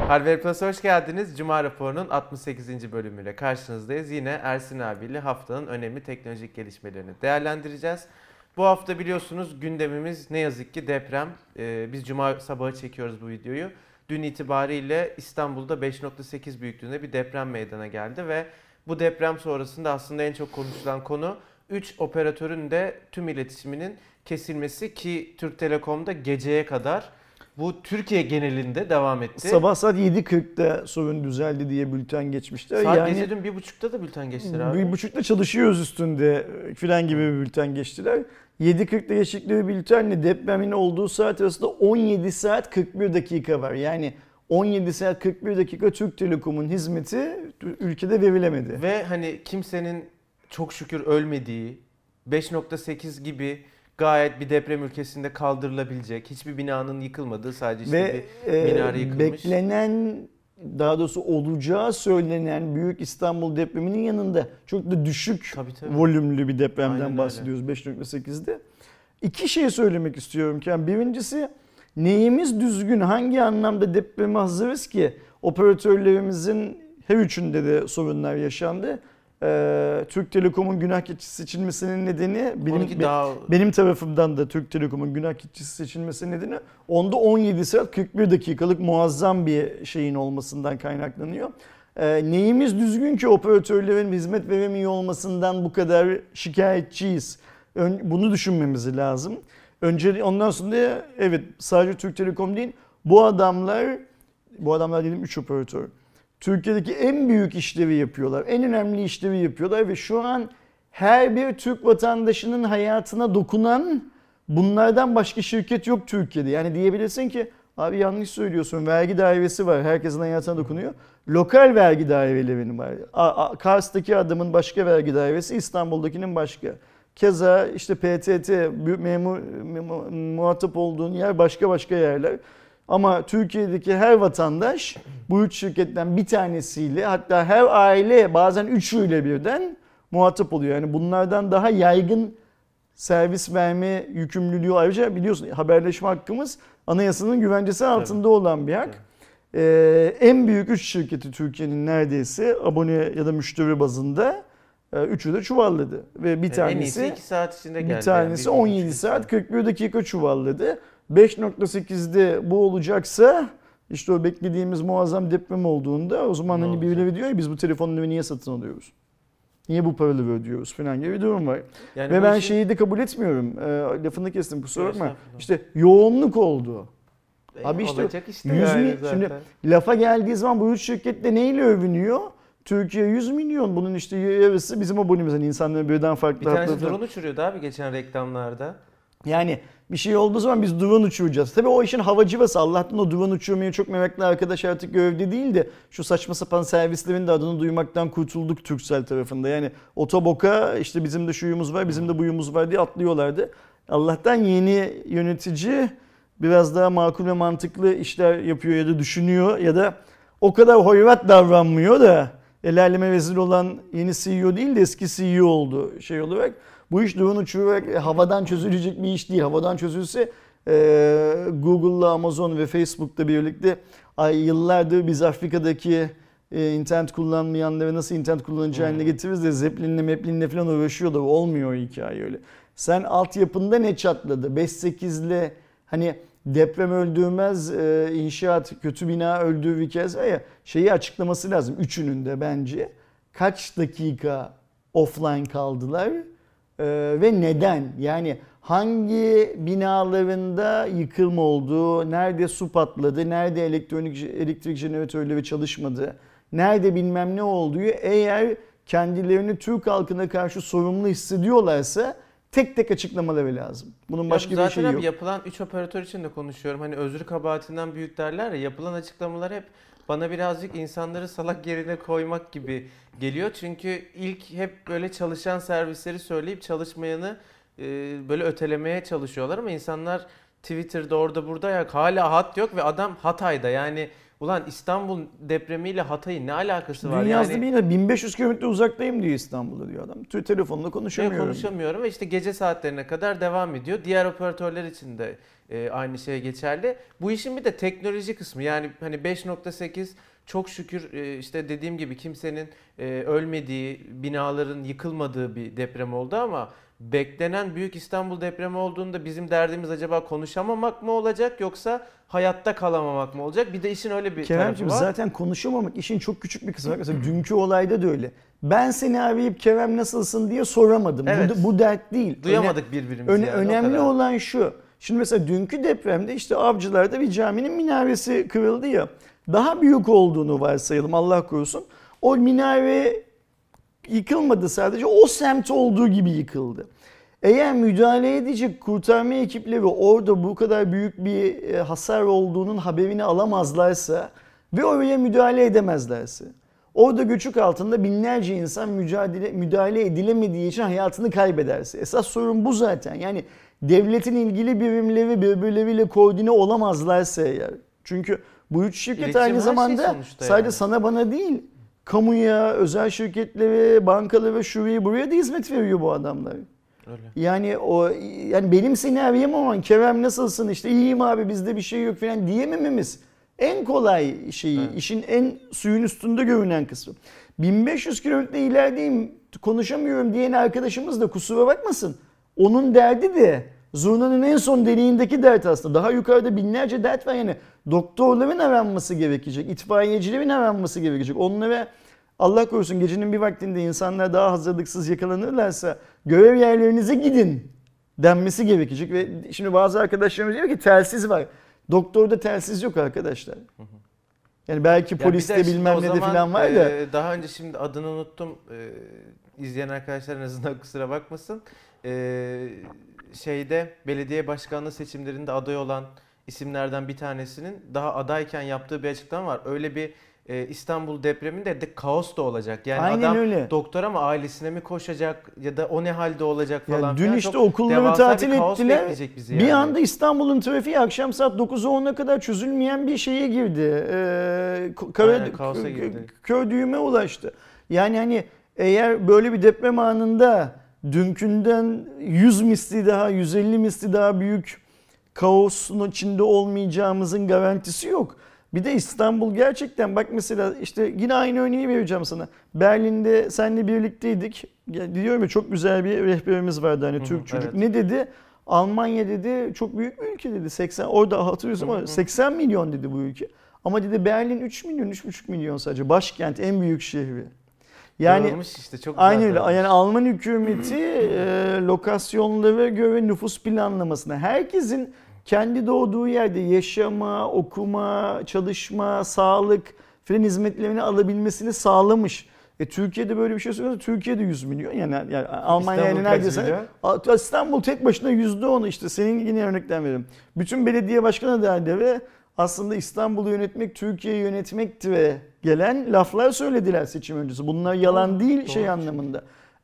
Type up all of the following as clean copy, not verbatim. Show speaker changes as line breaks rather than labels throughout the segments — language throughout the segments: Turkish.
Harvard Plus'a hoş geldiniz. Cuma raporunun 68. bölümüyle karşınızdayız. Yine Ersin abiyle haftanın önemli teknolojik gelişmelerini değerlendireceğiz. Bu hafta biliyorsunuz gündemimiz ne yazık ki deprem. Biz Cuma sabahı çekiyoruz bu videoyu. Dün itibariyle İstanbul'da 5.8 büyüklüğünde bir deprem meydana geldi ve bu deprem sonrasında aslında en çok konuşulan konu 3 operatörün de tüm iletişiminin kesilmesi ki Türk Telekom'da geceye kadar bu Türkiye genelinde devam etti.
Sabah saat 7.40'da sorun düzeldi diye bülten geçmişler.
Saat gece dün 1.30'da da bülten geçtiler abi.
1.30'da çalışıyoruz üstünde filan gibi bir bülten geçtiler. 7.40'da geçtikleri bültenle depremin olduğu saat arasında 17 saat 41 dakika var. Yani 17 saat 41 dakika Türk Telekom'un hizmeti ülkede verilemedi.
Ve hani kimsenin çok şükür ölmediği 5.8 gibi gayet bir deprem ülkesinde kaldırılabilecek, hiçbir binanın yıkılmadığı, sadece işte bir minare yıkılmış.
Beklenen, daha doğrusu olacağı söylenen büyük İstanbul depreminin yanında çok da düşük volümlü bir depremden
Aynen
bahsediyoruz 5.8'de. İki şey söylemek istiyorum ki. Birincisi, neyimiz düzgün, hangi anlamda depreme hazırız ki operatörlerimizin her üçünde de sorunlar yaşandı. Türk Telekom'un günah keçisi seçilmesinin nedeni benim tarafımdan da Türk Telekom'un günah keçisi seçilmesinin nedeni onda 17 saat 41 dakikalık muazzam bir şeyin olmasından kaynaklanıyor. Neyimiz düzgün ki operatörlerin hizmet veremiyor olmasından bu kadar şikayetçiyiz. Bunu düşünmemiz lazım. Ondan sonra evet, sadece Türk Telekom değil, bu adamlar dedim 3 operatör. Türkiye'deki en büyük işlevi yapıyorlar. En önemli işlevi yapıyorlar ve şu an her bir Türk vatandaşının hayatına dokunan bunlardan başka şirket yok Türkiye'de. Yani diyebilirsin ki abi yanlış söylüyorsun, vergi dairesi var, herkesin hayatına dokunuyor. Lokal vergi dairelerinin var. Kars'taki adamın başka vergi dairesi, İstanbul'dakinin başka. Keza işte PTT, muhatap olduğun yer başka yerler. Ama Türkiye'deki her vatandaş bu üç şirketten bir tanesiyle, hatta her aile bazen üçüyle birden muhatap oluyor. Yani bunlardan daha yaygın servis verme yükümlülüğü, ayrıca biliyorsun haberleşme hakkımız anayasanın güvencesi altında olan bir hak. En büyük 3 şirketi Türkiye'nin neredeyse abone ya da müşteri bazında üçü de çuvalladı. Ve bir tanesi
2 saat içinde geldi.
Bir tanesi yani 17 saat 41 dakika çuvalladı. 5.8'de bu olacaksa işte o beklediğimiz muazzam deprem olduğunda o zaman hani birileri diyor ya biz bu telefonları niye satın alıyoruz? Niye bu paraları ödüyoruz falan gibi bir durum var. Yani ve ben şeyi de kabul etmiyorum. Lafını kestim, kusura bakma. İşte yoğunluk oldu. Abi işte 100 şimdi lafa geldiği zaman bu üç şirketle neyle övünüyor? Türkiye 100 milyon, bunun işte yarısı bizim abonemiz. Yani insanların birden farklı.
Bir tanesi drone uçuruyordu abi geçen reklamlarda.
Yani bir şey olduğu zaman biz drone uçuracağız. Tabii o işin havacıvası. Allah'tan o drone uçurmayı çok meraklı arkadaş artık görevde değil de şu saçma sapan servislerin de adını duymaktan kurtulduk Turkcell tarafında. Yani otoboka işte bizim de şuyumuz var, bizim de buyumuz var diye atlıyorlardı. Allah'tan yeni yönetici biraz daha makul ve mantıklı işler yapıyor ya da düşünüyor ya da o kadar hoyrat davranmıyor da el aleme vezir olan yeni CEO değil de eski CEO oldu şey olarak. Bu iş drone uçurarak havadan çözülecek bir iş değil. Havadan çözülse Google'la, Amazon ve Facebook'la birlikte yıllardır biz Afrika'daki internet kullanmayanları nasıl internet kullanıcı haline getiririz de Zeppelin'le falan uğraşıyorlar. Olmuyor o hikaye öyle. Sen altyapında ne çatladı? 5.8'le hani deprem öldürmez, inşaat kötü bina öldürür hikayesi var ya, şeyi açıklaması lazım üçünün de bence. Kaç dakika offline kaldılar ve neden? Yani hangi binalarında yıkılma oldu, nerede su patladı, nerede elektrik jeneratörleri çalışmadı, nerede bilmem ne olduğu, eğer kendilerini Türk halkına karşı sorumlu hissediyorlarsa tek tek açıklamaları lazım. Bunun başka bir şey yok.
Zaten abi yapılan 3 operatör için de konuşuyorum. Hani özrü kabahatinden büyük derler ya, yapılan açıklamalar hep bana birazcık insanları salak yerine koymak gibi geliyor. Çünkü ilk hep böyle çalışan servisleri söyleyip çalışmayanı böyle ötelemeye çalışıyorlar ama insanlar Twitter'da orada burada ya hala hat yok ve adam Hatay'da, yani Ulan İstanbul depremiyle Hatay'ın ne alakası var?
Dün yazdı
Yani
yine 1500 kilometre uzaktayım diyor İstanbul'da diyor adam. Telefonla konuşamıyorum.
konuşamıyorum ve işte gece saatlerine kadar devam ediyor. Diğer operatörler için de aynı şey geçerli. Bu işin bir de teknoloji kısmı. Yani hani 5.8 çok şükür işte dediğim gibi kimsenin ölmediği, binaların yıkılmadığı bir deprem oldu ama beklenen büyük İstanbul depremi olduğunda bizim derdimiz acaba konuşamamak mı olacak yoksa hayatta kalamamak mı olacak? Bir de işin öyle bir tarafı
Kerem'ciğim
var.
zaten konuşamamak işin çok küçük bir kısmı. Mesela dünkü olayda da öyle. Ben seni arayıp Kerem nasılsın diye soramadım.
Evet.
Bu dert değil.
Duyamadık birbirimizi yani, o
Önemli
kadar.
olan şu. Şimdi mesela dünkü depremde işte Avcılar'da bir caminin minaresi kırıldı ya. Daha büyük olduğunu varsayalım, Allah korusun. O minare yıkılmadı, sadece o semt olduğu gibi yıkıldı. Eğer müdahale edecek kurtarma ekipleri orada bu kadar büyük bir hasar olduğunun haberini alamazlarsa ve oraya müdahale edemezlerse, orada göçük altında binlerce insan müdahale edilemediği için hayatını kaybederse. Esas sorun bu zaten. Yani devletin ilgili birimleri birbirleriyle koordine olamazlarsa eğer. Çünkü bu üç şirket
İletişim her
aynı
şey
zamanda
sonuçta
sadece
yani.
sana bana değil, kamuya, özel şirketlere, bankalara, şuraya buraya da hizmet veriyor bu adamlar.
Öyle.
Yani benim seni arayamamam, Kerem nasılsın, işte iyiyim abi bizde bir şey yok falan diyemememiz en kolay şeyi,
Evet.
işin en suyun üstünde görünen kısmı. 1500 kilometre ilerideyim, konuşamıyorum diyen arkadaşımız da kusura bakmasın. Onun derdi de zurnanın en son deliğindeki dert aslında. Daha yukarıda binlerce dert var yani. Doktorların aranması gerekecek, itfaiyecilerin aranması gerekecek. Onlara Allah korusun gecenin bir vaktinde insanlar daha hazırlıksız yakalanırlarsa görev yerlerinize gidin denmesi gerekecek. Ve şimdi bazı arkadaşlarımız diyor ki telsiz var. Doktorda telsiz yok arkadaşlar. Yani belki
Ya bir
poliste
de şimdi
bilmem
o
ne de
zaman,
falan var da.
daha önce şimdi adını unuttum. İzleyen arkadaşlar en azından kusura bakmasın. Şeyde belediye başkanlığı seçimlerinde aday olan isimlerden bir tanesinin daha adayken yaptığı bir açıklama var. Öyle bir İstanbul depreminde de kaos da olacak. Yani
Aynen
adam
öyle.
doktor ama ailesine mi koşacak ya da o ne halde olacak falan
Yani dün
filan.
işte
Çok
okulları
devasa
tatil
bir kaos
ettiler.
bekleyecek bizi
Bir
yani.
anda İstanbul'un trafiği akşam saat 9'a 10'a kadar çözülmeyen bir şeye girdi.
Aynen, kaosa girdi.
Kör düğüme ulaştı. Yani hani eğer böyle bir deprem anında dünkünden 100 misli daha, 150 misli daha büyük kaosun içinde olmayacağımızın garantisi yok. Bir de İstanbul gerçekten bak mesela işte yine aynı örneği vereceğim sana. Berlin'de seninle birlikteydik. Ya diyorum ya çok güzel bir rehberimiz vardı hani Türk çocuk.
evet.
Ne dedi? Almanya dedi çok büyük bir ülke dedi. 80 orada hatırlıyorsun ama 80 milyon dedi bu ülke. Ama dedi Berlin 3 milyon 3,5 milyon sadece. Başkent en büyük şehri. Yani
Dağılmış işte, çok güzel
aynı öyle.
dağılmış.
Yani Alman hükümeti lokasyonlara göre nüfus planlamasına herkesin kendi doğduğu yerde yaşama, okuma, çalışma, sağlık filan hizmetlerini alabilmesini sağlamış. Türkiye'de böyle bir şey söylüyorsa Türkiye'de 100 milyon yani Almanya yani
İstanbul kaç
neredeyse
milyon?
İstanbul tek başına %10 işte senin yine örnekten veriyorum. Bütün belediye başkanı derdi ve aslında İstanbul'u yönetmek Türkiye'yi yönetmekti ve gelen laflar söylediler seçim öncesi. Bunlar yalan değil şey anlamında.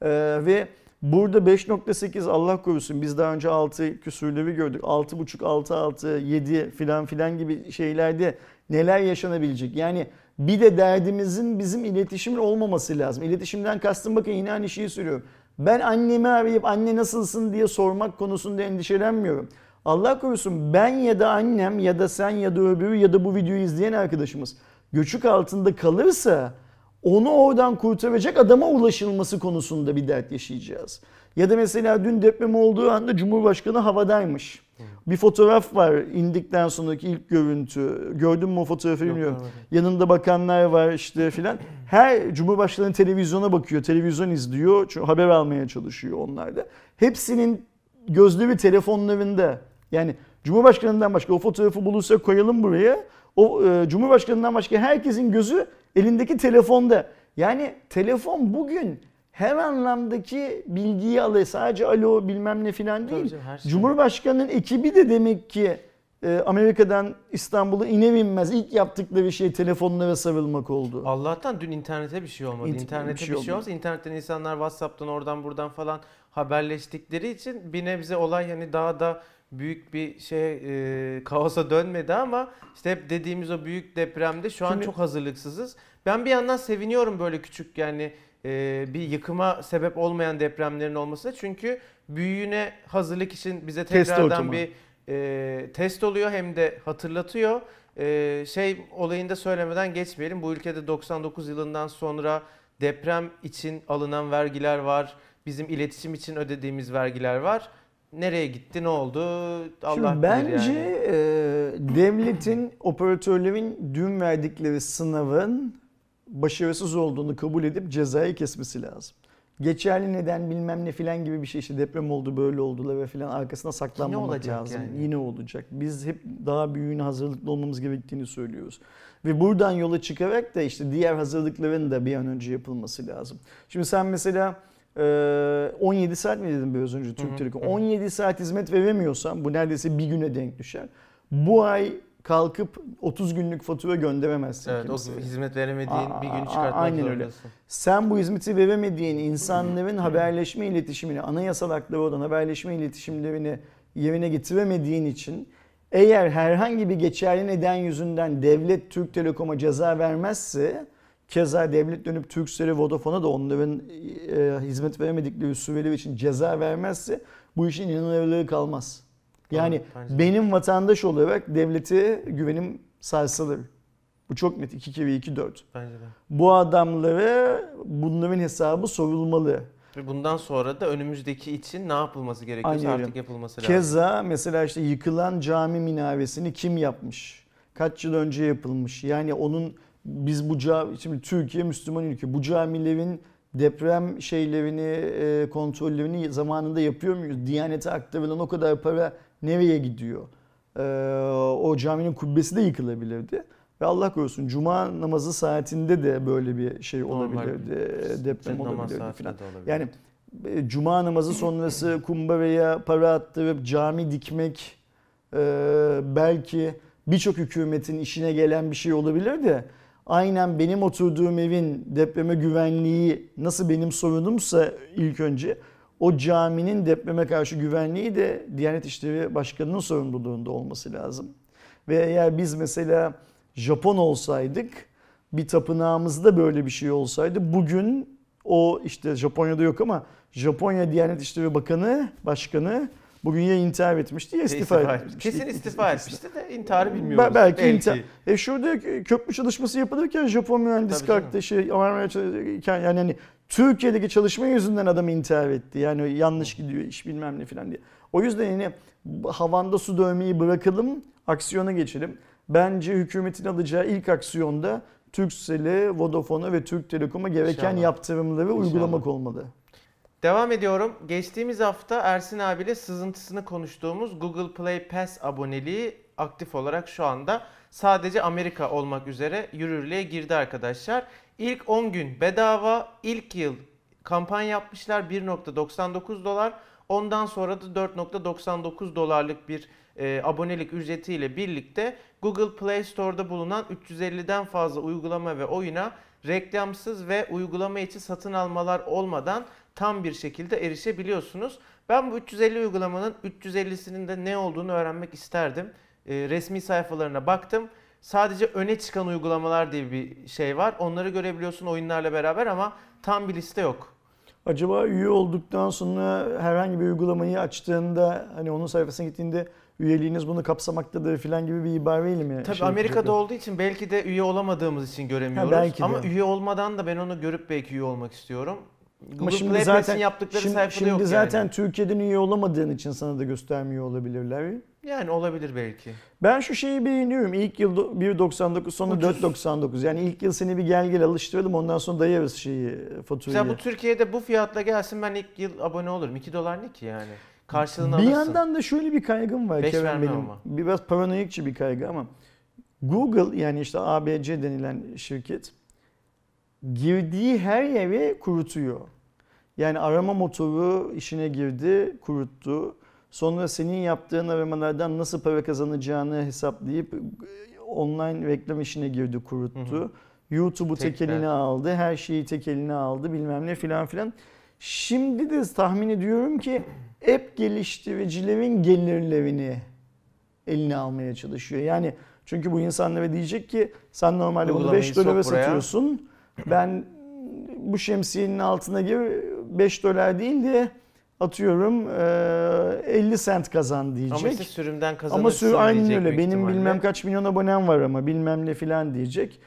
Ve burada 5.8 Allah korusun biz daha önce 6 küsürleri gördük. 6.5, 6.6, 7 filan filan gibi şeylerde neler yaşanabilecek. Yani bir de derdimizin bizim iletişimin olmaması lazım. İletişimden kastım bakın yine aynı şeyi söylüyorum. Ben annemi arayıp anne nasılsın diye sormak konusunda endişelenmiyorum. Allah korusun ben ya da annem ya da sen ya da öbürü ya da bu videoyu izleyen arkadaşımız göçük altında kalırsa onu oradan kurtaracak adama ulaşılması konusunda bir dert yaşayacağız. Ya da mesela dün deprem olduğu anda Cumhurbaşkanı havadaymış. Bir fotoğraf var indikten sonraki ilk görüntü. Gördün mü o fotoğrafı bilmiyorum. Yanında bakanlar var işte filan. Her Cumhurbaşkanı televizyona bakıyor, televizyon izliyor. Çünkü haber almaya çalışıyor onlar da. Hepsinin gözleri telefonlarında. Yani Cumhurbaşkanından başka o fotoğrafı bulursak koyalım buraya. O Cumhurbaşkanından başka herkesin gözü elindeki telefonda. Yani telefon bugün her anlamdaki bilgiyi alıyor. Sadece alo bilmem ne filan değil.
Canım, her şey.
Cumhurbaşkanının ekibi de demek ki Amerika'dan İstanbul'a iner inmez ilk yaptıkları şey telefonlara sarılmak oldu.
Allah'tan dün internete bir şey olmadı. İnternete bir şey olsa internetten insanlar WhatsApp'tan oradan buradan falan haberleştikleri için bir nebze olay hani daha da büyük bir kaosa dönmedi ama işte hep dediğimiz o büyük depremde şu an
Şimdi-
çok hazırlıksızız. Ben bir yandan seviniyorum böyle küçük yani bir yıkıma sebep olmayan depremlerin olmasına. Çünkü büyüğüne hazırlık için bize
Test
tekrardan
ortamı.
bir test oluyor hem de hatırlatıyor. Olayını da söylemeden geçmeyelim. Bu ülkede 99 yılından sonra deprem için alınan vergiler var. Bizim iletişim için ödediğimiz vergiler var. Nereye gitti, ne oldu? Allah
Şimdi
bilir
bence
yani.
devletin, operatörlerin dün verdikleri sınavın başarısız olduğunu kabul edip cezayı kesmesi lazım. Geçerli neden bilmem ne filan gibi bir şey, işte deprem oldu böyle oldular ve filan arkasına saklanmamak
olacak
lazım.
yani.
Yine olacak. Biz hep daha büyüğüne hazırlıklı olmamız gerektiğini söylüyoruz. Ve buradan yola çıkarak da işte diğer hazırlıkların da bir an önce yapılması lazım. Şimdi sen mesela 17 saat mi dedin biraz önce Türk Telekom? 17 saat hizmet veremiyorsan, bu neredeyse bir güne denk düşer. Bu ay kalkıp 30 günlük fatura gönderemezsin
Evet, o
kimseye.
hizmet veremediğin bir gün çıkartmak
Aynen öyle.
zorundasın.
Sen bu hizmeti veremediğin insanların haberleşme iletişimini, anayasal hakları olan haberleşme iletişimlerini yerine getiremediğin için eğer herhangi bir geçerli neden yüzünden devlet Türk Telekom'a ceza vermezse, keza devlet dönüp Turkcell'e, Vodafone'a da onların hizmet veremedikleri süreler için ceza vermezse bu işin inanılırlığı kalmaz. Yani
Bence.
benim vatandaş olarak devlete güvenim sarsılır. Bu çok net. 2 kere 2 4.
Bence de.
Bu adamlara bunların hesabı sorulmalı.
Ve bundan sonra da önümüzdeki için ne yapılması gerekiyorsa
Aynen öyle.
artık yapılması lazım.
Keza mesela işte yıkılan cami minaresini kim yapmış? Kaç yıl önce yapılmış? Yani onun biz bu cami, şimdi Türkiye Müslüman ülke. Bu camilerin deprem şeylerini, kontrollerini zamanında yapıyor muyuz? Diyanete aktarılan o kadar para nereye gidiyor? O caminin kubbesi de yıkılabilirdi. Ve Allah korusun cuma namazı saatinde de böyle bir şey olabilirdi. Deprem
Namaz
olabilirdi
saatinde
falan.
de olabilir.
Yani cuma namazı sonrası kumbaraya para attırıp cami dikmek belki birçok hükümetin işine gelen bir şey olabilir de aynen benim oturduğum evin depreme güvenliği nasıl benim sorunumsa ilk önce o caminin depreme karşı güvenliği de Diyanet İşleri Başkanı'nın sorumluluğunda olması lazım. Ve eğer biz mesela Japon olsaydık, bir tapınağımızda böyle bir şey olsaydı bugün o işte Japonya'da yok ama Japonya Diyanet İşleri Başkanı bugün ya intihar etmişti ya istifa etmişti.
Kesin istifa etmişti de intiharı bilmiyoruz.
Belki intihar. Şurada köprü çalışması yapılırken Japon mühendis
Tabii canım.
kalktı aramaya çalışırken yani hani Türkiye'deki çalışma yüzünden adam intihar etti. Yani yanlış gidiyor iş bilmem ne falan diye. O yüzden yani havanda su dövmeyi bırakalım, aksiyona geçelim. Bence hükümetin alacağı ilk aksiyonda Turkcell'e, Vodafone'a ve Türk Telekom'a gereken
İnşallah.
yaptırımları
İnşallah.
uygulamak olmalı.
Devam ediyorum. Geçtiğimiz hafta Ersin abiyle sızıntısını konuştuğumuz Google Play Pass aboneliği aktif olarak şu anda sadece Amerika olmak üzere yürürlüğe girdi arkadaşlar. İlk 10 gün bedava, ilk yıl kampanya yapmışlar 1.99 dolar. Ondan sonra da 4.99 dolarlık bir abonelik ücretiyle birlikte Google Play Store'da bulunan 350'den fazla uygulama ve oyuna reklamsız ve uygulama içi satın almalar olmadan tam bir şekilde erişebiliyorsunuz. Ben bu 350 uygulamanın 350'sinin de ne olduğunu öğrenmek isterdim. Resmi sayfalarına baktım. Sadece öne çıkan uygulamalar diye bir şey var. Onları görebiliyorsun oyunlarla beraber ama tam bir liste yok.
Acaba üye olduktan sonra herhangi bir uygulamayı açtığında hani onun sayfasına gittiğinde üyeliğiniz bunu kapsamaktadır falan gibi bir ibareyle mi?
Tabii Amerika'da olduğu için belki de üye olamadığımız için göremiyoruz.
belki de.
Ama üye olmadan da ben onu görüp belki üye olmak istiyorum.
Ama
Google
şimdi
Play
zaten
Pass'in yaptıkları sayfada
şimdi
yok
zaten
yani.
Türkiye'den üye olamadığın için sana da göstermiyor olabilirler.
Yani olabilir belki.
Ben şu şeyi beğeniyorum. İlk yıl 1.99 sonra
Ucuz.
4.99. Yani ilk yıl seni bir gel alıştıralım ondan sonra dayarız faturayı.
Mesela bu Türkiye'de bu fiyatla gelsin ben ilk yıl abone olurum. 2 dolar ne ki yani? Karşılığını
Bir
alırsın.
yandan da şöyle bir kaygım var
5
Kerem
vermem
benim.
ama.
Biraz paranoyikçi bir kaygı ama Google yani işte ABC denilen şirket girdiği her yere kurutuyor. Yani arama motoru işine girdi, kuruttu. Sonra senin yaptığın aramalardan nasıl para kazanacağını hesaplayıp online reklam işine girdi, kuruttu. YouTube'u tek
Tekrar.
eline aldı, her şeyi tek eline aldı bilmem ne filan filan. Şimdi de tahmin ediyorum ki app geliştiricilerin gelirlerini eline almaya çalışıyor. Yani çünkü bu insanlara diyecek ki sen normalde bunu
Uygulamayı
5 dolara
sok buraya.
satıyorsun. Ben bu şemsiyenin altına gir 5 dolar değil de atıyorum 50 sent kazan diyecek.
Ama işte sürümden
Ama
kazanırsın
aynen
diyecek
öyle.
büyük
Benim
ihtimalle.
bilmem kaç milyon abonem var ama bilmem ne filan diyecek.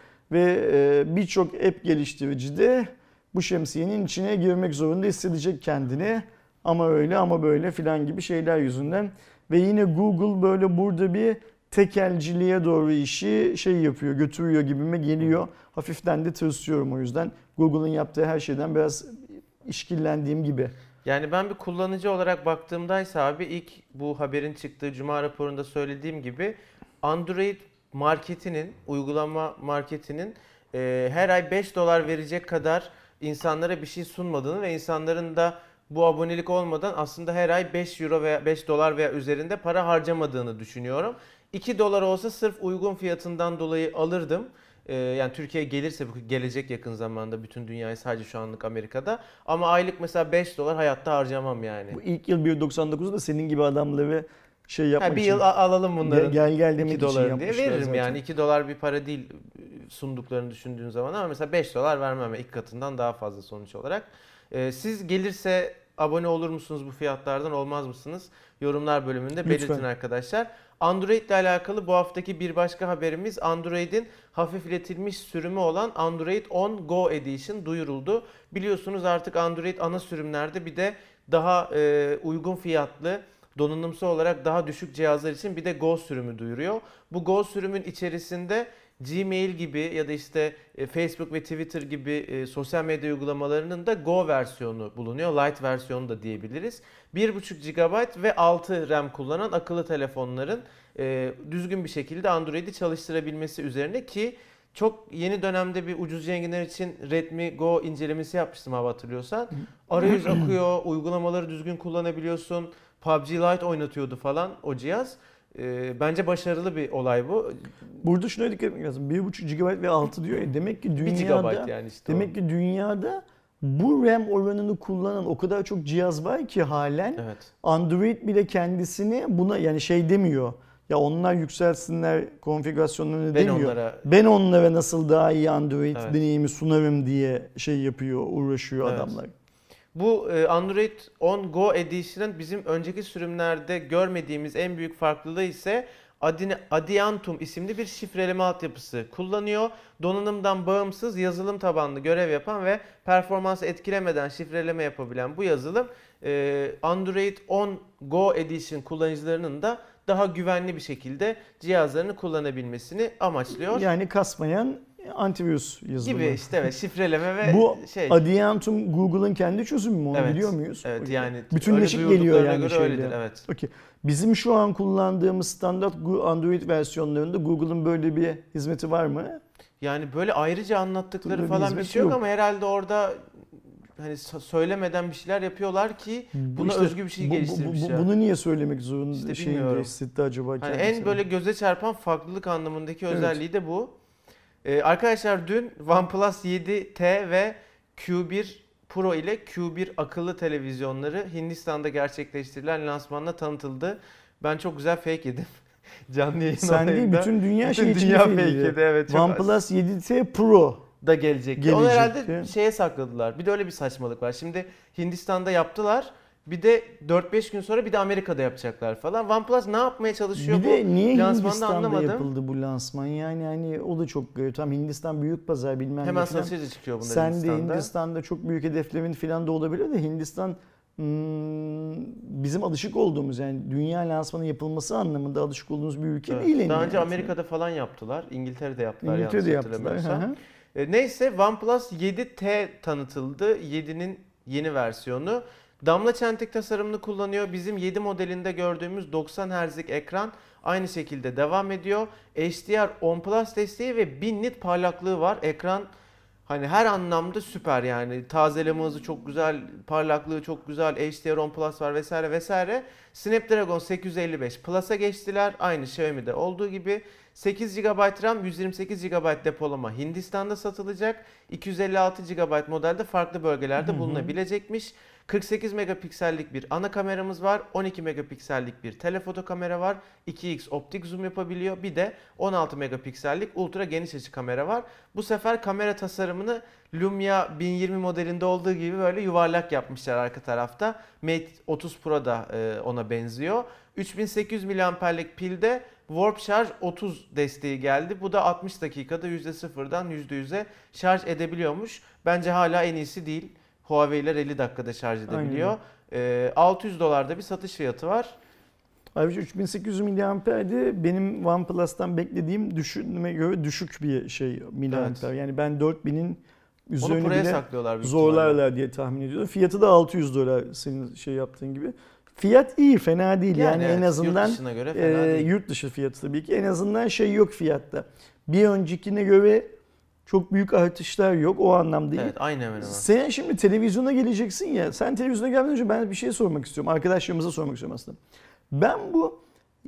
Ve birçok app geliştirici de bu şemsiyenin içine girmek zorunda hissedecek kendini. Ama öyle ama böyle filan gibi şeyler yüzünden. Ve yine Google böyle burada bir tekelciliğe doğru işi yapıyor, götürüyor gibime geliyor. Hafiften de tırsıyorum o yüzden. Google'ın yaptığı her şeyden biraz işkillendiğim gibi.
Yani ben bir kullanıcı olarak baktığımdaysa abi ilk bu haberin çıktığı Cuma raporunda söylediğim gibi Android marketinin, uygulama marketinin her ay 5 dolar verecek kadar insanlara bir şey sunmadığını ve insanların da bu abonelik olmadan aslında her ay 5 euro veya 5 dolar veya üzerinde para harcamadığını düşünüyorum. 2 dolar olsa sırf uygun fiyatından dolayı alırdım. Yani Türkiye'ye gelirse bu gelecek yakın zamanda bütün dünyayı sadece şu anlık Amerika'da. Ama aylık mesela 5 dolar hayatta harcamam yani.
Bu ilk yıl 1.99'da senin gibi adamları yapmak
Bir
için.
yıl alalım bunların
Gel demek
2
için
dolar diye
yapmışlar
veririm
zaten.
yani. 2 dolar bir para değil sunduklarını düşündüğün zaman ama mesela 5 dolar vermem. İlk katından daha fazla sonuç olarak. Siz gelirse abone olur musunuz bu fiyatlardan, olmaz mısınız? Yorumlar bölümünde belirtin
Lütfen.
arkadaşlar. Android ile alakalı bu haftaki bir başka haberimiz Android'in hafifletilmiş sürümü olan Android On Go Edition duyuruldu. Biliyorsunuz artık Android ana sürümlerde bir de daha uygun fiyatlı, donanımsal olarak daha düşük cihazlar için bir de Go sürümü duyuruyor. Bu Go sürümün içerisinde Gmail gibi ya da işte Facebook ve Twitter gibi sosyal medya uygulamalarının da Go versiyonu bulunuyor. Lite versiyonu da diyebiliriz. 1.5 GB ve 6 RAM kullanan akıllı telefonların düzgün bir şekilde Android'i çalıştırabilmesi üzerine ki çok yeni dönemde bir ucuz zenginler için Redmi Go incelemesi yapmıştım abi hatırlıyorsan. Arayüz akıyor, uygulamaları düzgün kullanabiliyorsun. PUBG Lite oynatıyordu falan o cihaz. Bence başarılı bir olay bu.
Burada şuna dikkat etmek lazım. 1.5 GB ve 6 diyor. Demek ki
1
dünyada
GB yani işte
demek ki dünyada bu RAM oranını kullanan o kadar çok cihaz var ki halen
Evet.
Android bile kendisini buna yani demiyor. Ya onlar yükselsinler konfigürasyonlarını
Ben
demiyor.
onlara
Ben onlara nasıl daha iyi Android
Evet.
deneyimi sunarım diye yapıyor, uğraşıyor
Evet.
adamlar.
Bu Android On Go Edition'ın bizim önceki sürümlerde görmediğimiz en büyük farklılığı ise Adiantum isimli bir şifreleme altyapısı kullanıyor. Donanımdan bağımsız yazılım tabanlı görev yapan ve performansı etkilemeden şifreleme yapabilen bu yazılım Android On Go Edition kullanıcılarının da daha güvenli bir şekilde cihazlarını kullanabilmesini amaçlıyor.
Yani kasmayan antivirüs yazılımı.
Gibi işte evet şifreleme ve
Bu
şey.
Adiantum Google'ın kendi çözümü mü onu
Evet.
biliyor muyuz?
Evet
Okey.
yani
bütünleşik
öyle
geliyor
duyurduklarına
yani
göre
şeyle.
öyledir evet.
Okey. Bizim şu an kullandığımız standart Android versiyonlarında Google'ın böyle bir hizmeti var mı?
Yani böyle ayrıca anlattıkları
Böyle bir
falan bir
hizmet
şey yok
yok.
ama herhalde orada hani söylemeden bir şeyler yapıyorlar ki buna özgü bir şey geliştirmişler.
Bunu niye söylemek zorunda
İşte bilmiyorum.
hissetti acaba
Hani
kendisi?
en böyle göze çarpan farklılık anlamındaki
Evet.
özelliği de bu. Arkadaşlar dün OnePlus 7T ve Q1 Pro ile Q1 akıllı televizyonları Hindistan'da gerçekleştirilen lansmanla tanıtıldı. Ben çok güzel fake yedim. Canlı yayın
Sen değil
olayında.
bütün dünya
Bütün
içinde
dünya
fake
fake
yedi.
yedi, evet, çok
OnePlus 7T Pro.
da gelecekti. Onu
Gelecekti.
herhalde şeye sakladılar. Bir de öyle bir saçmalık var. Şimdi Hindistan'da yaptılar. Bir de 4-5 gün sonra bir de Amerika'da yapacaklar falan. OnePlus ne yapmaya çalışıyor
Bir de niye
lansmanda
Hindistan'da
anlamadım.
yapıldı bu lansman? Yani hani o da çok garip. Tam Hindistan büyük pazar bilmem
Hemen
ne falan.
satışa çıkıyor bunlar
Sen de
Hindistan'da.
Hindistan'da çok büyük hedeflerin falan da olabilir de Hindistan bizim alışık olduğumuz yani dünya lansmanı yapılması anlamında alışık olduğumuz bir ülke
Evet.
değil.
Daha önce
yani.
Amerika'da falan yaptılar. İngiltere'de yaptılar
İngiltere'de
yanlış
yaptılar.
hatırlamıyorsam.
Hı hı.
Neyse OnePlus 7T tanıtıldı. 7'nin yeni versiyonu. Damla çentik tasarımını kullanıyor. Bizim 7 modelinde gördüğümüz 90 Hz'lik ekran aynı şekilde devam ediyor. HDR 10 Plus desteği ve 1000 nit parlaklığı var. Ekran hani her anlamda süper yani. Tazeleme hızı çok güzel, parlaklığı çok güzel, HDR 10 Plus var vesaire vesaire. Snapdragon 855 Plus'a geçtiler. Aynı Xiaomi'de olduğu gibi. 8 GB RAM, 128 GB depolama Hindistan'da satılacak. 256 GB modelde farklı bölgelerde bulunabilecekmiş. 48 megapiksellik bir ana kameramız var. 12 megapiksellik bir telefoto kamera var. 2x optik zoom yapabiliyor. Bir de 16 megapiksellik ultra geniş açı kamera var. Bu sefer kamera tasarımını Lumia 1020 modelinde olduğu gibi böyle yuvarlak yapmışlar arka tarafta. Mate 30 Pro da ona benziyor. 3800 miliamperlik pilde Warp şarj 30 desteği geldi. Bu da 60 dakikada %0'dan %100'e şarj edebiliyormuş. Bence hala en iyisi değil. Huawei'ler 50 dakikada şarj edebiliyor. $600'da bir satış fiyatı var.
Ayrıca 3800 miliamperdi benim OnePlus'tan beklediğim düşünme göre düşük bir şey miliamper. Evet. Yani ben 4000'in üzerine bile zorlarlar diye tahmin ediyorum. Fiyatı da $600 senin şey yaptığın gibi. Fiyat iyi, fena değil. Yani evet, en azından
yurt dışına göre fena değil.
Yurt dışı fiyatı tabii ki. En azından şey yok fiyatta. Bir öncekine göre çok büyük artışlar yok, o anlamda değil.
Evet, aynı hemen.
Sen şimdi televizyona geleceksin ya. Sen televizyona gelmeden önce ben bir şey sormak istiyorum. Arkadaşlarımıza sormak istiyorum aslında. Ben bu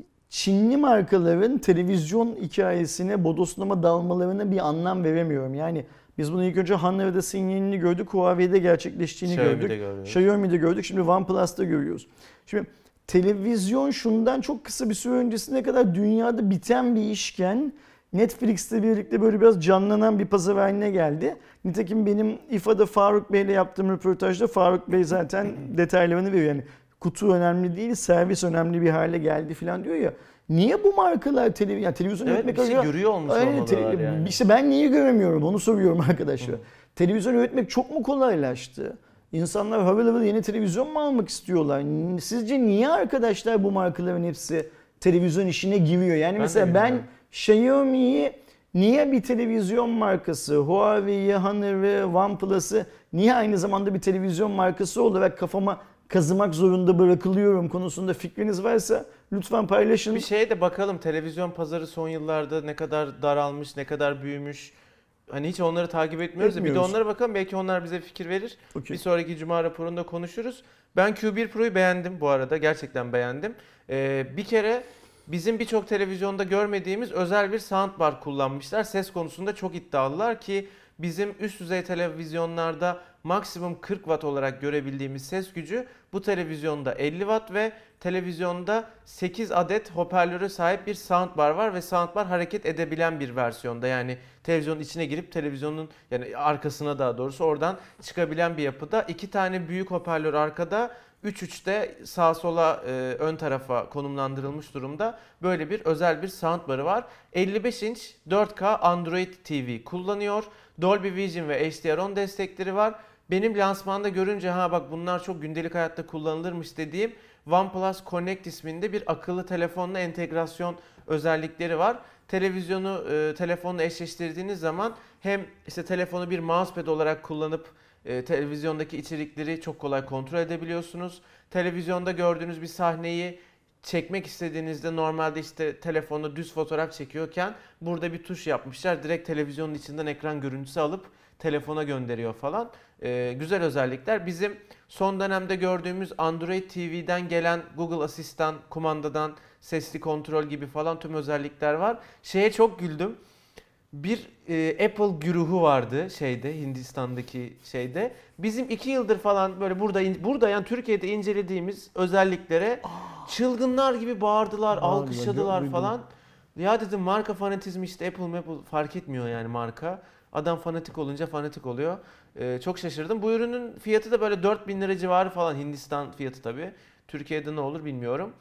Çinli markaların televizyon hikayesine, bodoslama dalmalarına bir anlam veremiyorum. Yani biz bunu ilk önce Honor'da sinyalini gördük, Huawei'de gerçekleştiğini gördük. Xiaomi'de gördük, şimdi OnePlus'ta görüyoruz. Şimdi televizyon şundan çok kısa bir süre öncesine kadar dünyada biten bir işken Netflix'le birlikte böyle biraz canlanan bir pazar haline geldi. Nitekim benim İFA'da Faruk Bey'le yaptığım röportajda Faruk Bey zaten detaylarını veriyor. Yani kutu önemli değil, servis önemli bir hale geldi falan diyor ya. Niye bu markalar televizyon üretmek
bir şey görüyor olmuş olmalılar yani.
İşte ben niye göremiyorum onu soruyorum arkadaşlar. Televizyon üretmek çok mu kolaylaştı? İnsanlar havel yeni televizyon mu almak istiyorlar? Sizce niye arkadaşlar bu markaların hepsi televizyon işine giriyor? Yani mesela ben Xiaomi'yi niye bir televizyon markası, Huawei'yi, Honor ve OnePlus'ı niye aynı zamanda bir televizyon markası olarak kafama kazımak zorunda bırakılıyorum konusunda fikriniz varsa lütfen paylaşın.
Bir şeye de bakalım, televizyon pazarı son yıllarda ne kadar daralmış, ne kadar büyümüş. Hani hiç onları takip etmiyoruz ya. Bir de onlara bakalım, belki onlar bize fikir verir. Okay. Bir sonraki Cuma raporunda konuşuruz. Ben Q1 Pro'yu beğendim bu arada. Gerçekten beğendim. Bir kere bizim birçok televizyonda görmediğimiz özel bir soundbar kullanmışlar. Ses konusunda çok iddialılar ki bizim üst düzey televizyonlarda maksimum 40 Watt olarak görebildiğimiz ses gücü bu televizyonda 50 Watt ve televizyonda 8 adet hoparlöre sahip bir soundbar var ve soundbar hareket edebilen bir versiyonda. Yani televizyonun içine girip televizyonun, yani arkasına daha doğrusu, oradan çıkabilen bir yapıda. 2 tane büyük hoparlör arkada, 3'te sağa sola ön tarafa konumlandırılmış durumda. Böyle bir özel bir soundbar'ı var. 55 inç 4K Android TV kullanıyor. Dolby Vision ve HDR10 destekleri var. Benim lansmanda görünce bak bunlar çok gündelik hayatta kullanılırmış dediğim OnePlus Connect isminde bir akıllı telefonla entegrasyon özellikleri var. Televizyonu telefonla eşleştirdiğiniz zaman hem işte telefonu bir mousepad olarak kullanıp televizyondaki içerikleri çok kolay kontrol edebiliyorsunuz. Televizyonda gördüğünüz bir sahneyi çekmek istediğinizde normalde işte telefonda düz fotoğraf çekiyorken burada bir tuş yapmışlar. Direkt televizyonun içinden ekran görüntüsü alıp telefona gönderiyor falan. Güzel özellikler. Bizim son dönemde gördüğümüz Android TV'den gelen Google Asistan, kumandadan sesli kontrol gibi falan tüm özellikler var. Şeye çok güldüm. Bir Apple güruhu vardı Hindistan'daki şeyde. Bizim 2 yıldır falan böyle burada yani Türkiye'de incelediğimiz özelliklere çılgınlar gibi bağırdılar, alkışladılar falan. Ya dedim, marka fanatizmi işte, Apple fark etmiyor yani marka. Adam fanatik olunca fanatik oluyor. Çok şaşırdım. Bu ürünün fiyatı da böyle 4.000 lira civarı falan, Hindistan fiyatı tabii. Türkiye'de ne olur bilmiyorum.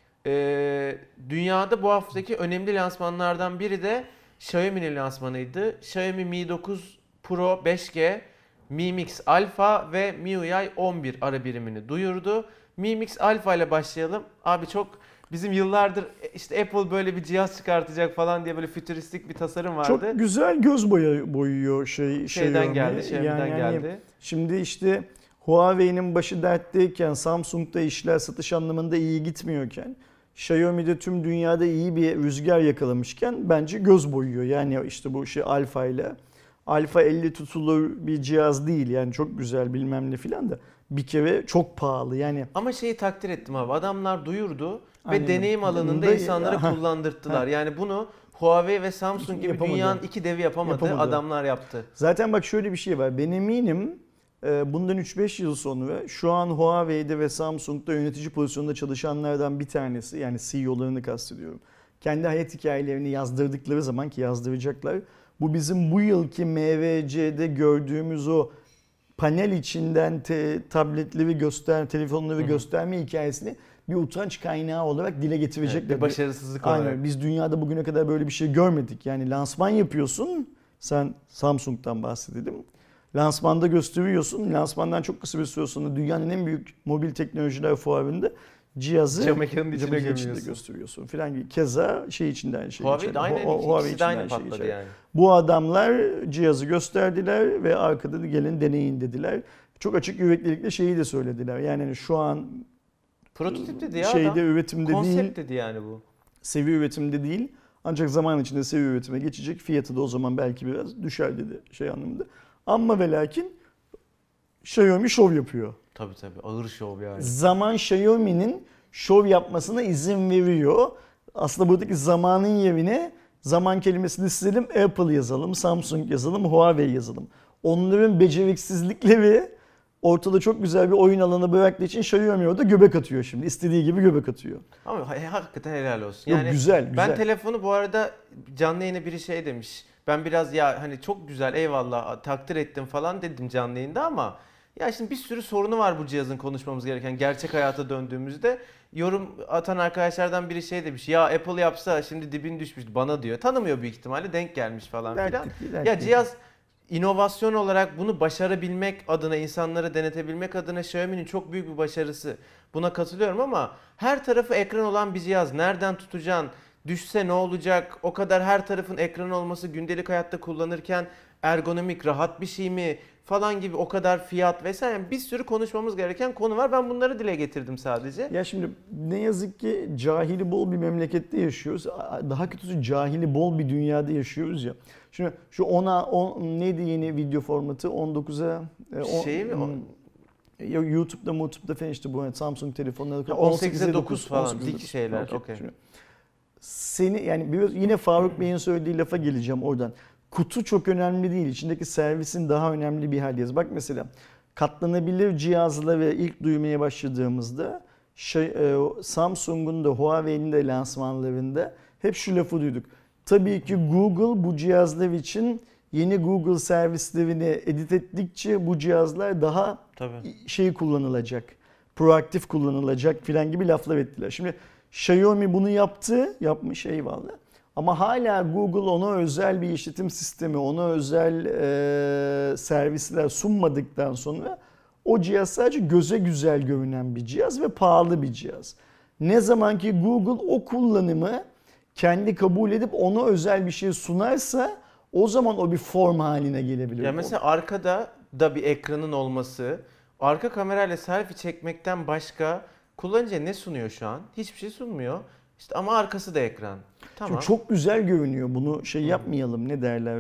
Dünyada bu haftaki önemli lansmanlardan biri de Xiaomi'nin lansmanıydı. Xiaomi Mi 9 Pro 5G, Mi Mix Alpha ve MIUI 11 ara birimini duyurdu. Mi Mix Alpha ile başlayalım. Abi çok bizim yıllardır işte Apple böyle bir cihaz çıkartacak falan diye böyle fütüristik bir tasarım vardı.
Çok güzel göz boyuyor
Xiaomi'den geldi.
Şimdi işte Huawei'nin başı dertteyken, Samsung'da işler satış anlamında iyi gitmiyorken, Xiaomi'de tüm dünyada iyi bir rüzgar yakalamışken bence göz boyuyor. Yani işte bu Alpha ile. Alpha 50 tutulur bir cihaz değil yani, çok güzel bilmem ne filan da bir kere çok pahalı yani.
Ama şeyi takdir ettim abi, adamlar duyurdu ve deneyim alanında insanları kullandırttılar. Yani bunu Huawei ve Samsung gibi dünyanın iki devi yapamadı. Adamlar yaptı.
Zaten bak şöyle bir şey var, ben eminim Bundan 3-5 yıl sonra şu an Huawei'de ve Samsung'da yönetici pozisyonunda çalışanlardan bir tanesi, yani CEO'larını kastediyorum, kendi hayat hikayelerini yazdırdıkları zaman, ki yazdıracaklar, bu bizim bu yılki MWC'de gördüğümüz o panel içinden tabletleri telefonları gösterme hikayesini bir utanç kaynağı olarak dile getirecekler.
Evet, bir başarısızlık
Aynen.
olarak.
Biz dünyada bugüne kadar böyle bir şey görmedik. Yani lansman yapıyorsun, sen Samsung'dan bahsedelim. Lansmanda gösteriyorsun. Lansmandan çok kısa bir süre sonra dünyanın en büyük mobil teknolojiler fuarında cihazı
cam mekanın içine
içinde
gömüyorsun
gösteriyorsun filan gibi. Keza şey içinden şey
Huawei de aynı, ikisi de aynı
içinden
patladı
geçer.
yani.
Bu adamlar cihazı gösterdiler ve arkada da gelin deneyin dediler. Çok açık yüreklilikle şeyi de söylediler. Yani hani şu an
Prototip dedi ya
şeyde
adam.
üretimde değil,
Konsept dedi yani bu.
seviye üretimde değil. Ancak zaman içinde seviye üretime geçecek. Fiyatı da o zaman belki biraz düşer dedi şey anlamında. Ama ve lakin Xiaomi şov yapıyor.
Tabii ağır şov yani.
Zaman Xiaomi'nin şov yapmasına izin veriyor. Aslında buradaki zamanın yerine zaman kelimesini silelim, Apple yazalım, Samsung yazalım, Huawei yazalım. Onların beceriksizlikleri ortada çok güzel bir oyun alanı bıraktığı için Xiaomi orada göbek atıyor şimdi. İstediği gibi göbek atıyor.
Ama hakikaten helal olsun.
Yok,
Yani
güzel.
ben telefonu bu arada canlı yayına biri şey demiş. Ben biraz ya hani çok güzel eyvallah takdir ettim falan dedim canlı yayında ama ya şimdi bir sürü sorunu var bu cihazın, konuşmamız gereken. Gerçek hayata döndüğümüzde yorum atan arkadaşlardan biri şey demiş. Ya Apple yapsa şimdi dibin düşmüş bana diyor. Tanımıyor büyük ihtimalle, denk gelmiş falan filan. Ya cihaz inovasyon olarak bunu başarabilmek adına, insanlara denetebilmek adına Xiaomi'nin çok büyük bir başarısı. Buna katılıyorum ama her tarafı ekran olan bir cihaz nereden tutacaksın? Düşse ne olacak? O kadar her tarafın ekran olması gündelik hayatta kullanırken ergonomik, rahat bir şey mi falan gibi, o kadar fiyat vesaire. Yani bir sürü konuşmamız gereken konu var. Ben bunları dile getirdim sadece.
Ya şimdi ne yazık ki cahili bol bir memlekette yaşıyoruz. Daha kötüsü cahili bol bir dünyada yaşıyoruz ya. Şimdi şu neydi yeni video formatı? 19'a
Şey mi?
YouTube'da falan işte bu Samsung telefonları
18'e 9 falan dik şeyler. Okay.
Seni yani biraz yine Faruk Bey'in söylediği lafa geleceğim oradan. Kutu çok önemli değil. İçindeki servisin daha önemli bir haldeyiz. Bak mesela katlanabilir cihazları ilk duymaya başladığımızda Samsung'un da Huawei'nin de lansmanlarında hep şu lafı duyduk. Tabii ki Google bu cihazlar için yeni Google servislerini edit ettikçe bu cihazlar daha kullanılacak, proaktif kullanılacak filan gibi laflar ettiler. Şimdi Xiaomi bunu yapmış eyvallah. Ama hala Google ona özel bir işletim sistemi, ona özel servisler sunmadıktan sonra o cihaz sadece göze güzel görünen bir cihaz ve pahalı bir cihaz. Ne zaman ki Google o kullanımı kendi kabul edip ona özel bir şey sunarsa o zaman o bir form haline gelebilir.
Ya mesela arkada da bir ekranın olması, arka kamerayla selfie çekmekten başka kullanıcıya ne sunuyor şu an? Hiçbir şey sunmuyor. İşte ama arkası da ekran. Tamam.
Şimdi çok güzel görünüyor. Bunu yapmayalım, ne derler,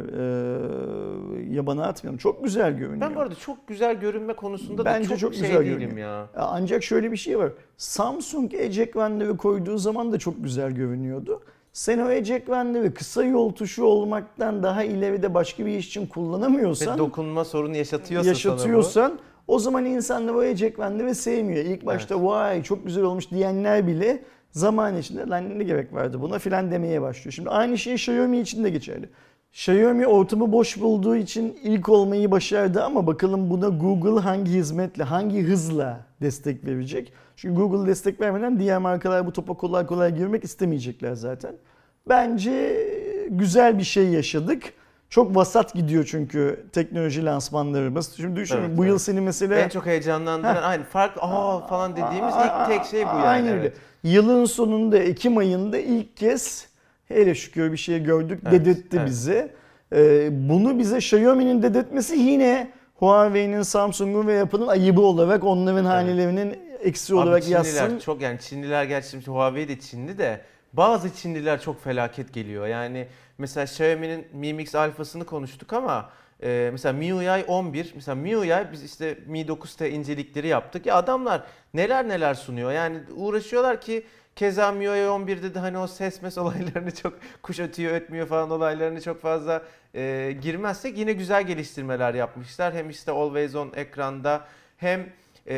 yabana atmayalım. Çok güzel görünüyor.
Ben bu arada çok güzel görünme konusunda
bence
da çok
güzel
değilim
görünüyor.
ya.
Ancak şöyle bir şey var. Samsung Edge ekranları koyduğu zaman da çok güzel görünüyordu. Sen o Edge ekranları kısa yol tuşu olmaktan daha ileride başka bir iş için kullanamıyorsan
ve dokunma sorunu yaşatıyorsan
o zaman insanlar o Edge ekranları sevmiyor. İlk başta vay çok güzel olmuş diyenler bile zaman içinde lan ne gerek vardı buna filan demeye başlıyor. Şimdi aynı şey Xiaomi için de geçerli. Xiaomi ortamı boş bulduğu için ilk olmayı başardı ama bakalım buna Google hangi hizmetle, hangi hızla destek verecek? Çünkü Google destek vermeden diğer markalar bu topa kolay kolay girmek istemeyecekler zaten. Bence güzel bir şey yaşadık. Çok vasat gidiyor çünkü teknoloji lansmanlarımız. Şimdi düşün bu yıl seni mesela...
En çok heyecanlandıran aynı fark falan dediğimiz ilk tek şey bu yani.
Aynen öyle. Yılın sonunda Ekim ayında ilk kez hele şükür bir şey gördük, dedetti bizi. Bunu bize Xiaomi'nin dedetmesi yine Huawei'nin, Samsung'un ve Apple'ın ayıbı olarak onların hanelerinin eksi olarak yazsın.
Çok yani Çinliler gerçi şimdi Huawei de Çinli de bazı Çinliler çok felaket geliyor. Yani mesela Xiaomi'nin Mi Mix Alpha'sını konuştuk ama mesela MIUI 11, mesela MIUI biz işte Mi 9T incelikleri yaptık. Ya adamlar neler sunuyor. Yani uğraşıyorlar ki Keza MIUI 11'de de hani o ses mes olaylarını çok, kuş ötüyor ötmüyor falan olaylarını çok fazla girmezsek yine güzel geliştirmeler yapmışlar. Hem işte Always On ekranda hem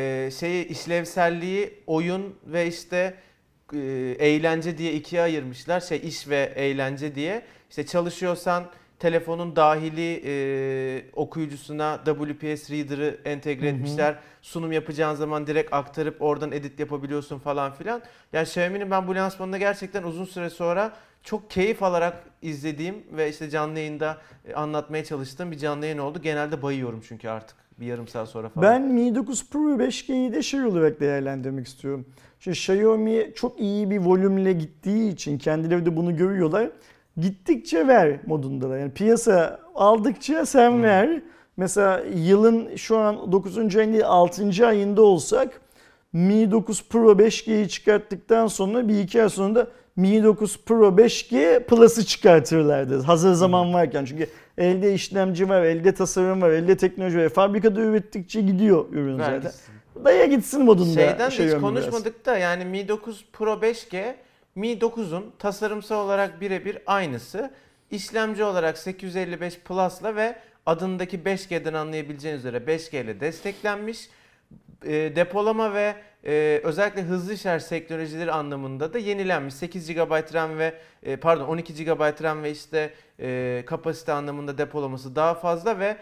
işlevselliği oyun ve işte eğlence diye ikiye ayırmışlar. İş ve eğlence diye. İşte çalışıyorsan telefonun dahili okuyucusuna WPS Reader'ı entegre etmişler. Sunum yapacağın zaman direkt aktarıp oradan edit yapabiliyorsun falan filan. Yani Xiaomi'nin ben bu lansmanında gerçekten uzun süre sonra çok keyif alarak izlediğim ve işte canlı yayında anlatmaya çalıştığım bir canlı yayın oldu. Genelde bayıyorum çünkü artık bir yarım saat sonra falan.
Ben Mi 9 Pro 5G'yi de şey olarak değerlendirmek istiyorum. Şimdi Xiaomi çok iyi bir volümle gittiği için kendileri de bunu görüyorlar. Gittikçe ver modundalar. Yani piyasa aldıkça sen ver. Mesela yılın şu an 9. ayın değil 6. ayında olsak Mi 9 Pro 5G'yi çıkarttıktan sonra bir iki ay sonra da Mi 9 Pro 5G Plus'ı çıkartırlardı. Hazır zaman varken. Çünkü elde işlemci var, elde tasarım var, elde teknoloji var. Fabrikada ürettikçe gidiyor ürün zaten. Daya gitsin modunda.
Şeyden de hiç konuşmadık da yani Mi 9 Pro 5G Mi 9'un tasarımsal olarak birebir aynısı. İşlemci olarak 855 Plus'la ve adındaki 5G'den anlayabileceğiniz üzere 5G ile desteklenmiş. Depolama ve özellikle hızlı şarj teknolojileri anlamında da yenilenmiş. 8 GB RAM ve 12 GB RAM ve işte kapasite anlamında depolaması daha fazla ve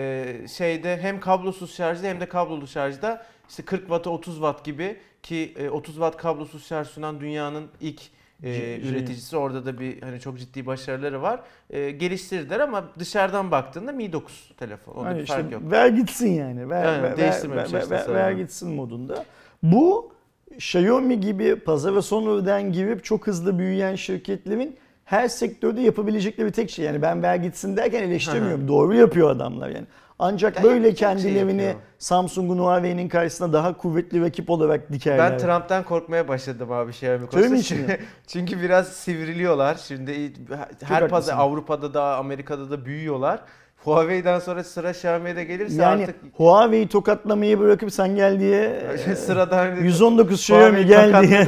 hem kablosuz şarjda hem de kablolu şarjda işte 40 Watt'a 30 Watt gibi ki 30 Watt kablosuz şarj sunan dünyanın ilk üreticisi. Orada da bir hani çok ciddi başarıları var. Geliştirdiler ama dışarıdan baktığında Mi 9 telefon. Onda bir fark yok.
Ver gitsin yani. Ver gitsin modunda. Bu Xiaomi gibi pazara sonradan girip çok hızlı büyüyen şirketlerin her sektörde yapabilecekleri tek şey. Yani ben ver gitsin derken eleştirmiyorum. Doğru yapıyor adamlar yani. Ancak böyle kendilerini Samsung'un, Huawei'nin karşısına daha kuvvetli rakip olarak dikerler.
Ben Trump'tan korkmaya başladım abi Xiaomi konusunda. Çünkü biraz sivriliyorlar. Şimdi her pazar Avrupa'da da Amerika'da da büyüyorlar. Huawei'den sonra sıra Xiaomi'ye de gelirse
yani
artık...
Huawei'yi tokatlamayı bırakıp sen gel diye
sıradan
119 Xiaomi gel diye.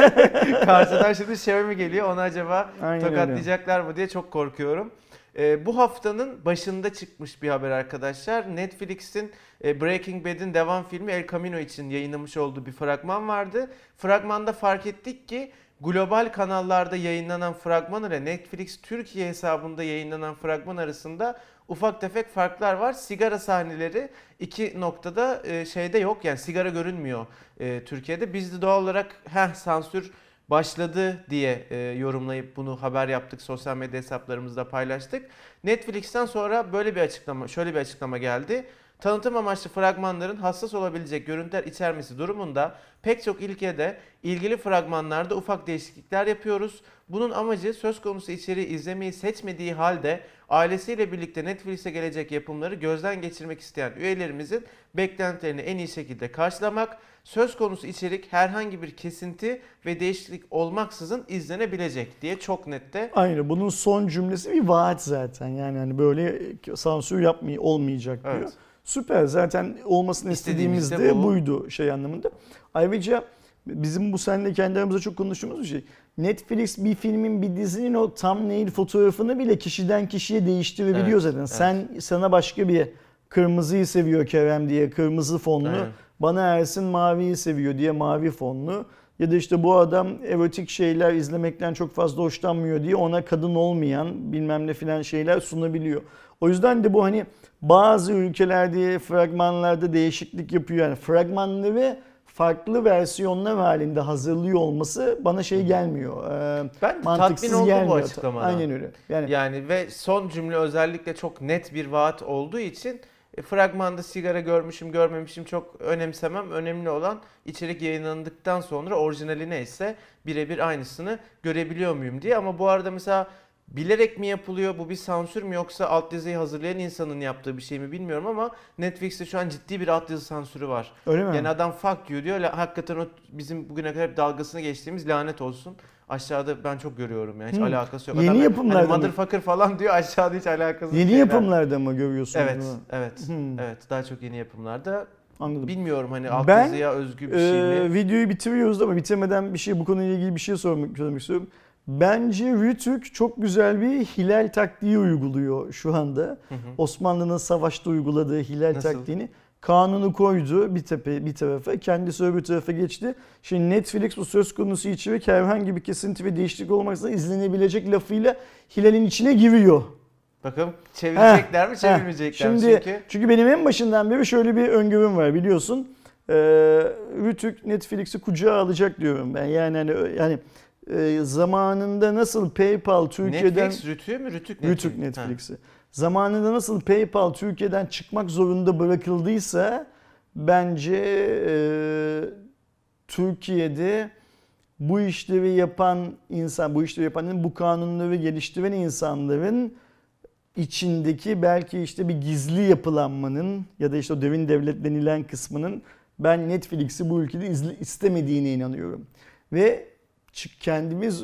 Karşıdan şimdi Xiaomi geliyor. Onu acaba tokatlayacaklar mı diye çok korkuyorum. Bu haftanın başında çıkmış bir haber arkadaşlar. Netflix'in Breaking Bad'in devam filmi El Camino için yayınlamış olduğu bir fragman vardı. Fragmanda fark ettik ki global kanallarda yayınlanan fragman ile Netflix Türkiye hesabında yayınlanan fragman arasında ufak tefek farklar var. Sigara sahneleri iki noktada şeyde yok, yani sigara görünmüyor Türkiye'de. Biz de doğal olarak sansür başladı diye yorumlayıp bunu haber yaptık, sosyal medya hesaplarımızda paylaştık. Netflix'ten sonra şöyle bir açıklama geldi. Tanıtım amaçlı fragmanların hassas olabilecek görüntüler içermesi durumunda pek çok ülkede ilgili fragmanlarda ufak değişiklikler yapıyoruz. Bunun amacı söz konusu içeriği izlemeyi seçmediği halde ailesiyle birlikte Netflix'e gelecek yapımları gözden geçirmek isteyen üyelerimizin beklentilerini en iyi şekilde karşılamak. Söz konusu içerik herhangi bir kesinti ve değişiklik olmaksızın izlenebilecek diye çok nette.
Aynı bunun son cümlesi bir vaat zaten. Yani hani böyle sansür olmayacak diyor. Evet. Süper, zaten olmasını istediğimiz de buydu anlamında. Ayrıca bizim bu seninle kendi aramızda çok konuştuğumuz bir şey. Netflix bir filmin, bir dizinin o thumbnail fotoğrafını bile kişiden kişiye değiştirebiliyor zaten. Evet. Sana başka bir kırmızıyı seviyor Kerem diye kırmızı fonlu. Aynen. Bana Ersin maviyi seviyor diye mavi fonlu. Ya da işte bu adam erotik şeyler izlemekten çok fazla hoşlanmıyor diye ona kadın olmayan bilmem ne filan şeyler sunabiliyor. O yüzden de bu hani bazı ülkelerde fragmanlarda değişiklik yapıyor. Yani fragmanları farklı versiyonlar halinde hazırlıyor olması bana gelmiyor.
Ben tatmin oldum bu açıklamadan.
Aynen öyle.
Yani ve son cümle özellikle çok net bir vaat olduğu için fragmanda sigara görmüşüm görmemişim çok önemsemem. Önemli olan içerik yayınlandıktan sonra orijinali neyse birebir aynısını görebiliyor muyum diye. Ama bu arada mesela bilerek mi yapılıyor, bu bir sansür mü yoksa altyazıyı hazırlayan insanın yaptığı bir şey mi bilmiyorum ama Netflix'te şu an ciddi bir altyazı sansürü var.
Öyle mi?
Yani adam fuck you diyor. Hakikaten o bizim bugüne kadar hep dalgasını geçtiğimiz lanet olsun. Aşağıda ben çok görüyorum yani hiç alakası yok.
Yeni yapımlarda
hani motherfucker falan diyor, aşağıda hiç alakası yok.
Yeni yapımlarda mı görüyorsun?
Evet. Evet daha çok yeni yapımlarda.
Anladım.
Bilmiyorum hani alt
Ben,
yazıya özgü bir şey mi?
Videoyu bitiriyoruz ama bitirmeden bu konuyla ilgili bir şey söylemek istiyorum. Bence Rütük çok güzel bir hilal taktiği uyguluyor şu anda.
Hı hı.
Osmanlı'nın savaşta uyguladığı hilal
Nasıl?
taktiğini. Kanunu koydu bir tarafa, kendisi öbür tarafa geçti. Şimdi Netflix bu söz konusu içerik herhangi bir kesinti ve değişiklik olmaksızın izlenebilecek lafıyla hilalin içine giriyor.
Bakalım çevirecekler mi çevirmeyecekler mi?
Şimdi, çünkü benim en başından beri şöyle bir öngörüm var biliyorsun. Rütük Netflix'i kucağa alacak diyorum ben. Yani zamanında nasıl PayPal Türkiye'den...
Netflix Rütük mü?
Rütük Netflix'i. Zamanında nasıl PayPal Türkiye'den çıkmak zorunda bırakıldıysa bence Türkiye'de bu işleri yapan bu kanunları geliştiren insanların içindeki belki işte bir gizli yapılanmanın ya da işte o derin devlet denilen kısmının ben Netflix'i bu ülkede istemediğine inanıyorum. Ve kendimiz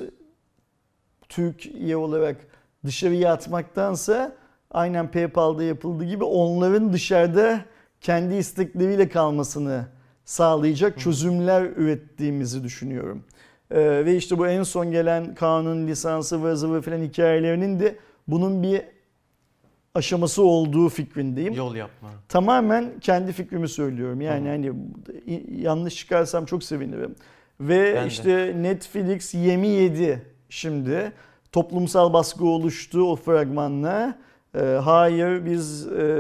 Türkiye olarak dışarıya atmaktansa aynen PayPal'da yapıldığı gibi onların dışarıda kendi istekleriyle kalmasını sağlayacak çözümler ürettiğimizi düşünüyorum. Ve işte bu en son gelen kanun, lisansı ve zıvı falan hikayelerinin de bunun bir aşaması olduğu fikrindeyim.
Yol yapma.
Tamamen kendi fikrimi söylüyorum. Yani hani yanlış çıkarsam çok sevinirim. Ve
Ben
işte
de.
Netflix yemi yedi şimdi. Toplumsal baskı oluştu o fragmanla. Hayır biz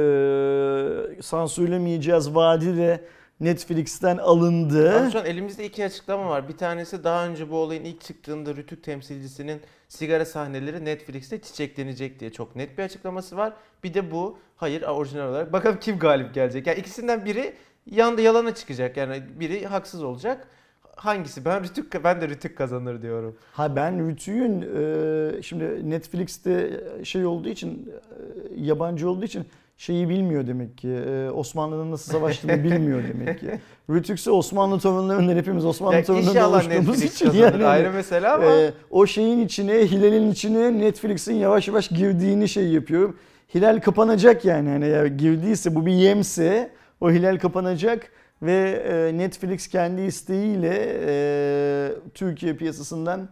sansürlemeyeceğiz vaadi de Netflix'ten alındı.
Ama şu an elimizde iki açıklama var. Bir tanesi daha önce bu olayın ilk çıktığında Rütük temsilcisinin sigara sahneleri Netflix'te çiçeklenecek diye çok net bir açıklaması var. Bir de bu hayır orijinal olarak. Bakalım kim galip gelecek. Yani ikisinden biri yalana çıkacak. Yani biri haksız olacak. Hangisi? Ben de Rütük kazanır diyorum.
Ben Rütük'ün şimdi Netflix'te olduğu için yabancı olduğu için şeyi bilmiyor demek ki. Osmanlı'nın nasıl savaştığını bilmiyor demek ki. Rütük'se Osmanlı torunlarından hepimiz Osmanlı torunlarından oluştuğumuz için
kazanır, ayrı mesele ama
o şeyin içine, Hilal'in içine Netflix'in yavaş yavaş girdiğini yapıyorum. Hilal kapanacak yani. Hani eğer girdiyse bu bir yemse o Hilal kapanacak. Ve Netflix kendi isteğiyle Türkiye piyasasından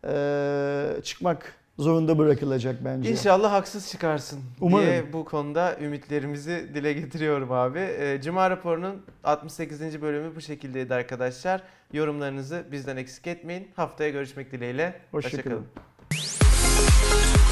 çıkmak zorunda bırakılacak bence.
İnşallah haksız çıkarsın
Umarım
diye bu konuda ümitlerimizi dile getiriyorum abi. Cuma raporunun 68. bölümü bu şekildeydi arkadaşlar. Yorumlarınızı bizden eksik etmeyin. Haftaya görüşmek dileğiyle.
Hoşça
Hoşça kalın.
kalın.